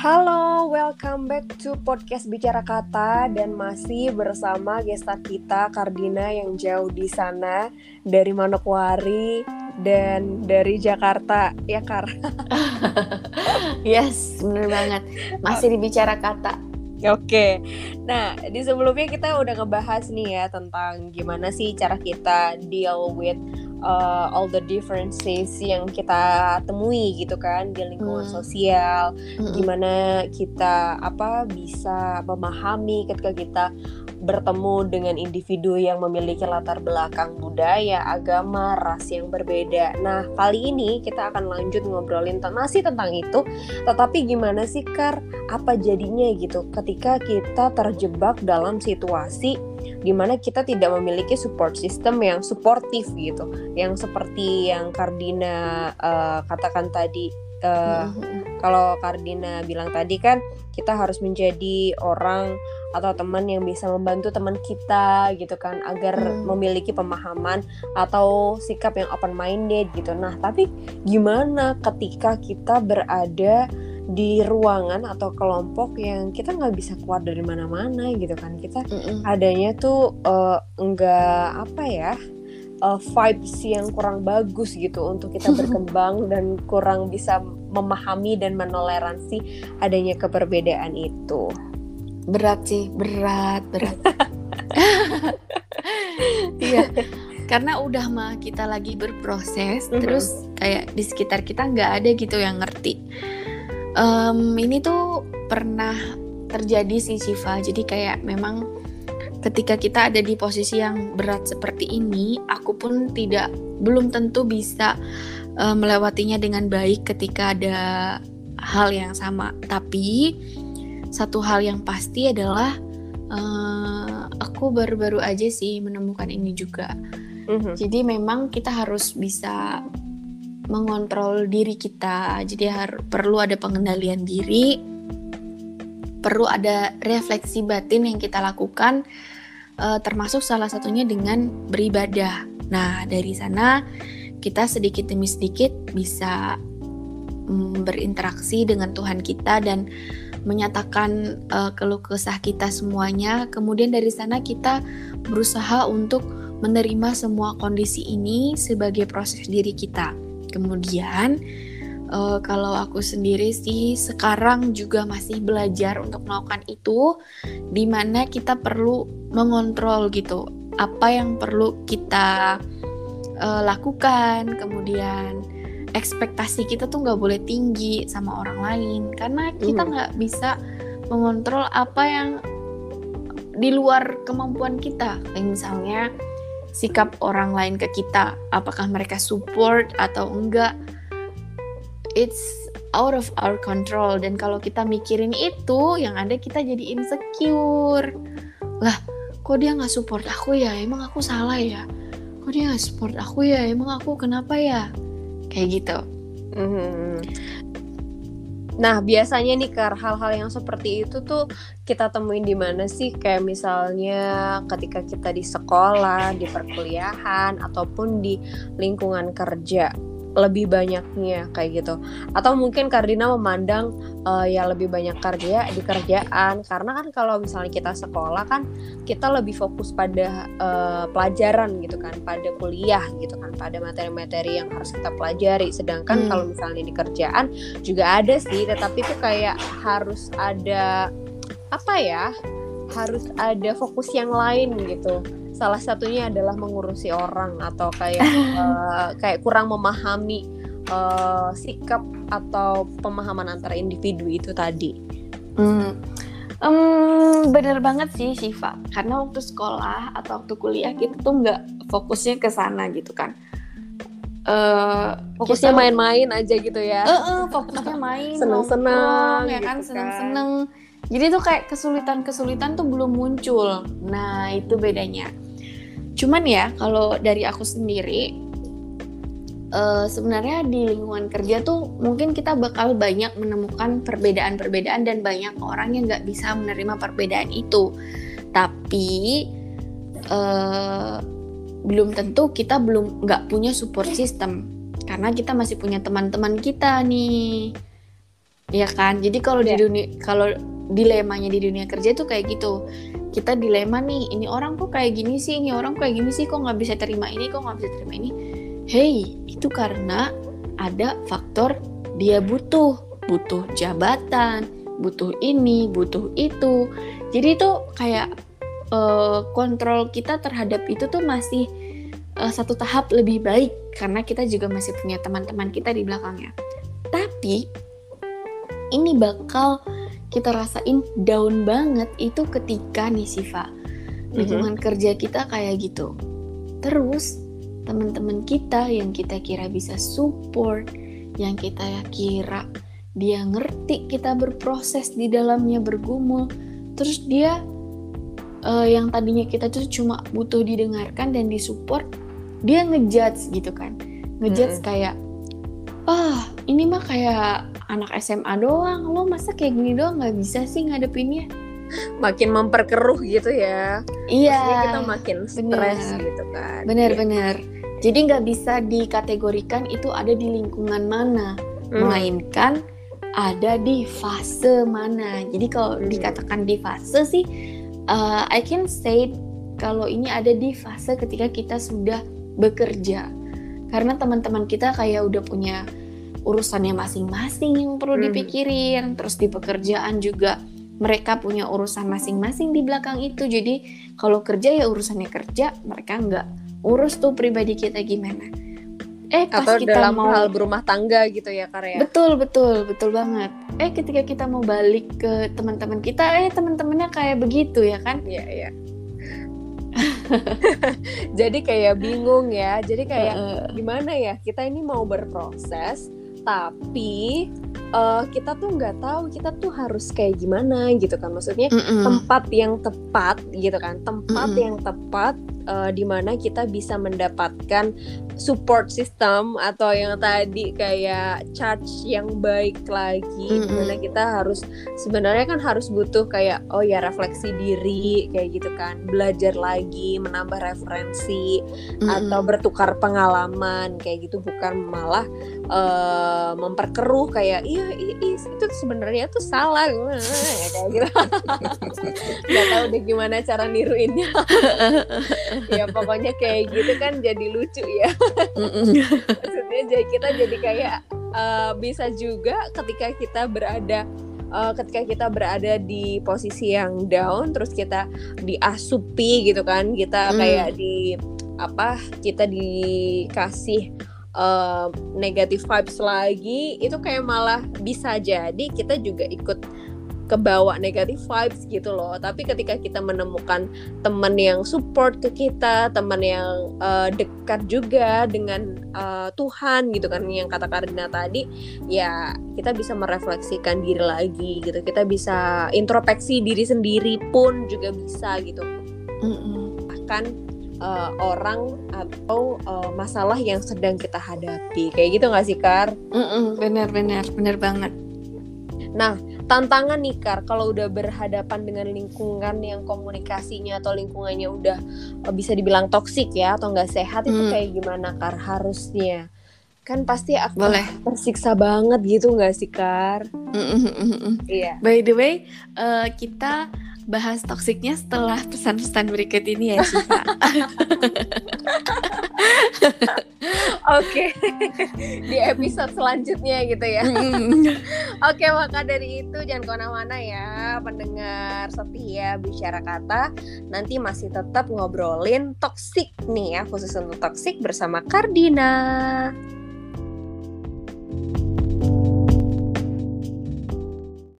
Halo, welcome back to podcast Bicara Kata dan masih bersama gestar kita Kardina yang jauh di sana dari Manokwari dan dari Jakarta, ya Kar? Yes, bener banget. Masih di Bicara Kata. Oke, nah di sebelumnya kita udah ngebahas nih ya tentang gimana sih cara kita deal with all the differences yang kita temui gitu kan di lingkungan sosial. Gimana kita bisa memahami ketika kita bertemu dengan individu yang memiliki latar belakang budaya, agama, ras yang berbeda. Nah, kali ini kita akan lanjut ngobrolin masih tentang itu, tetapi gimana sih Kar, apa jadinya gitu ketika kita terjebak dalam situasi di mana kita tidak memiliki support system yang suportif gitu, yang seperti yang Kardina katakan tadi. Kalau Kardina bilang tadi kan kita harus menjadi orang atau teman yang bisa membantu teman kita gitu kan agar memiliki pemahaman atau sikap yang open minded gitu. Nah, tapi gimana ketika kita berada di ruangan atau kelompok yang kita nggak bisa keluar dari mana-mana gitu kan, kita adanya tuh vibes yang kurang bagus gitu untuk kita berkembang dan kurang bisa memahami dan menoleransi adanya keberbedaan itu. Berat sih, berat. Iya, karena udah mah kita lagi berproses, terus kayak di sekitar kita nggak ada gitu yang ngerti. Ini tuh pernah terjadi sih Syifa, jadi kayak memang ketika kita ada di posisi yang berat seperti ini, aku pun belum tentu bisa melewatinya dengan baik ketika ada hal yang sama. Tapi satu hal yang pasti adalah aku baru-baru aja sih menemukan ini juga. Jadi memang kita harus bisa mengontrol diri kita. Jadi perlu ada pengendalian diri, perlu ada refleksi batin yang kita lakukan, termasuk salah satunya dengan beribadah. Nah, dari sana kita sedikit demi sedikit bisa berinteraksi dengan Tuhan kita dan menyatakan keluh kesah kita semuanya. Kemudian dari sana kita berusaha untuk menerima semua kondisi ini sebagai proses diri kita. Kemudian kalau aku sendiri sih sekarang juga masih belajar untuk melakukan itu, dimana kita perlu mengontrol gitu apa yang perlu kita lakukan. Kemudian ekspektasi kita tuh nggak boleh tinggi sama orang lain, karena kita nggak bisa mengontrol apa yang di luar kemampuan kita. Kayak misalnya sikap orang lain ke kita, apakah mereka support atau enggak, it's out of our control. Dan kalau kita mikirin itu, yang ada kita jadi insecure. Lah, kok dia nggak support aku ya? Emang aku salah ya? Kok dia nggak support aku ya? Emang aku kenapa ya? Kayak gitu. Nah, biasanya nih Kar, hal-hal yang seperti itu tuh kita temuin di mana sih? Kayak misalnya ketika kita di sekolah, di perkuliahan, ataupun di lingkungan kerja, lebih banyaknya kayak gitu. Atau mungkin Kardina memandang ya lebih banyak kerja di kerjaan, karena kan kalau misalnya kita sekolah kan kita lebih fokus pada pelajaran gitu kan, pada kuliah gitu kan, pada materi-materi yang harus kita pelajari. Sedangkan kalau misalnya di kerjaan juga ada sih, tetapi itu kayak harus ada harus ada fokus yang lain gitu. Salah satunya adalah mengurusi orang atau kayak kurang memahami sikap atau pemahaman antara individu itu tadi. Bener banget sih Syifa, karena waktu sekolah atau waktu kuliah kita tuh nggak fokusnya ke sana gitu kan. Fokusnya main-main aja gitu ya. Fokusnya main, seneng-seneng ya kan, gitu seneng-seneng. Jadi tuh kayak kesulitan-kesulitan tuh belum muncul. Nah, itu bedanya. Cuman ya, kalau dari aku sendiri, sebenarnya di lingkungan kerja tuh mungkin kita bakal banyak menemukan perbedaan-perbedaan dan banyak orang yang nggak bisa menerima perbedaan itu. Tapi belum tentu kita nggak punya support system, karena kita masih punya teman-teman kita nih. ya kan? Jadi kalau di dunia, kalau dilemanya di dunia kerja tuh kayak gitu. Kita dilema nih, ini orang kok kayak gini sih, ini orang kayak gini sih, kok nggak bisa terima ini, kok nggak bisa terima ini. Hey, itu karena ada faktor dia butuh jabatan, butuh ini, butuh itu. Jadi itu kayak kontrol kita terhadap itu tuh masih satu tahap lebih baik karena kita juga masih punya teman-teman kita di belakangnya. Tapi ini bakal kita rasain down banget itu ketika nih Siva, lingkungan kerja kita kayak gitu. Terus teman-teman kita yang kita kira bisa support, yang kita kira dia ngerti kita berproses di dalamnya, bergumul, terus dia yang tadinya kita tuh cuma butuh didengarkan dan disupport, dia ngejudge gitu kan. Ngejudge kayak, ini mah kayak anak SMA doang, lo masa kayak gini doang gak bisa sih ngadepinnya. Makin memperkeruh gitu ya. Iya, maksudnya kita makin stres gitu kan. Bener. Jadi gak bisa dikategorikan itu ada di lingkungan mana, melainkan ada di fase mana. Jadi kalau dikatakan di fase sih, I can say kalau ini ada di fase ketika kita sudah bekerja. Karena teman-teman kita kayak udah punya urusannya masing-masing yang perlu dipikirin. Terus di pekerjaan juga mereka punya urusan masing-masing di belakang itu. Jadi kalau kerja ya urusannya kerja, mereka nggak urus tuh pribadi kita gimana. Pas atau kita dalam mau hal berumah tangga gitu ya Karya. Betul banget. Ketika kita mau balik ke teman-teman kita, teman-temannya kayak begitu ya kan? Iya. Jadi kayak bingung ya. Jadi kayak gimana ya? Kita ini mau berproses, tapi kita tuh nggak tahu kita tuh harus kayak gimana gitu kan. Maksudnya tempat yang tepat gitu kan. Tempat yang tepat di mana kita bisa mendapatkan support system atau yang tadi kayak charge yang baik lagi, di mana kita harus sebenarnya kan harus butuh kayak refleksi diri kayak gitu kan, belajar lagi, menambah referensi atau bertukar pengalaman kayak gitu, bukan malah memperkeruh kayak itu sebenarnya tuh salah kayak gitu. Nggak tahu deh gimana cara niruinnya. Ya pokoknya kayak gitu kan jadi lucu ya. Maksudnya kita jadi kayak bisa juga ketika kita berada di posisi yang down, terus kita diasupi gitu kan, kita kayak kita dikasih negative vibes lagi, itu kayak malah bisa jadi kita juga ikut kebawa negative vibes gitu loh. Tapi ketika kita menemukan teman yang support ke kita, teman yang dekat juga dengan Tuhan gitu kan, yang kata Kardina tadi, ya kita bisa merefleksikan diri lagi gitu, kita bisa introspeksi diri sendiri pun juga bisa gitu. Bahkan orang atau masalah yang sedang kita hadapi kayak gitu nggak sih Kar? Bener banget. Nah, tantangan nih Kar, kalau udah berhadapan dengan lingkungan yang komunikasinya atau lingkungannya udah bisa dibilang toksik ya atau nggak sehat, itu kayak gimana Kar harusnya? Kan pasti akan tersiksa banget gitu nggak sih Kar? Iya. By the way, kita bahas toksiknya setelah pesan-pesan berikut ini ya Siva. Oke. Di episode selanjutnya gitu ya. Oke, maka dari itu jangan kemana-mana ya pendengar setia Bicara Kata. Nanti masih tetap ngobrolin toksik nih ya, khusus untuk toksik bersama Kardina.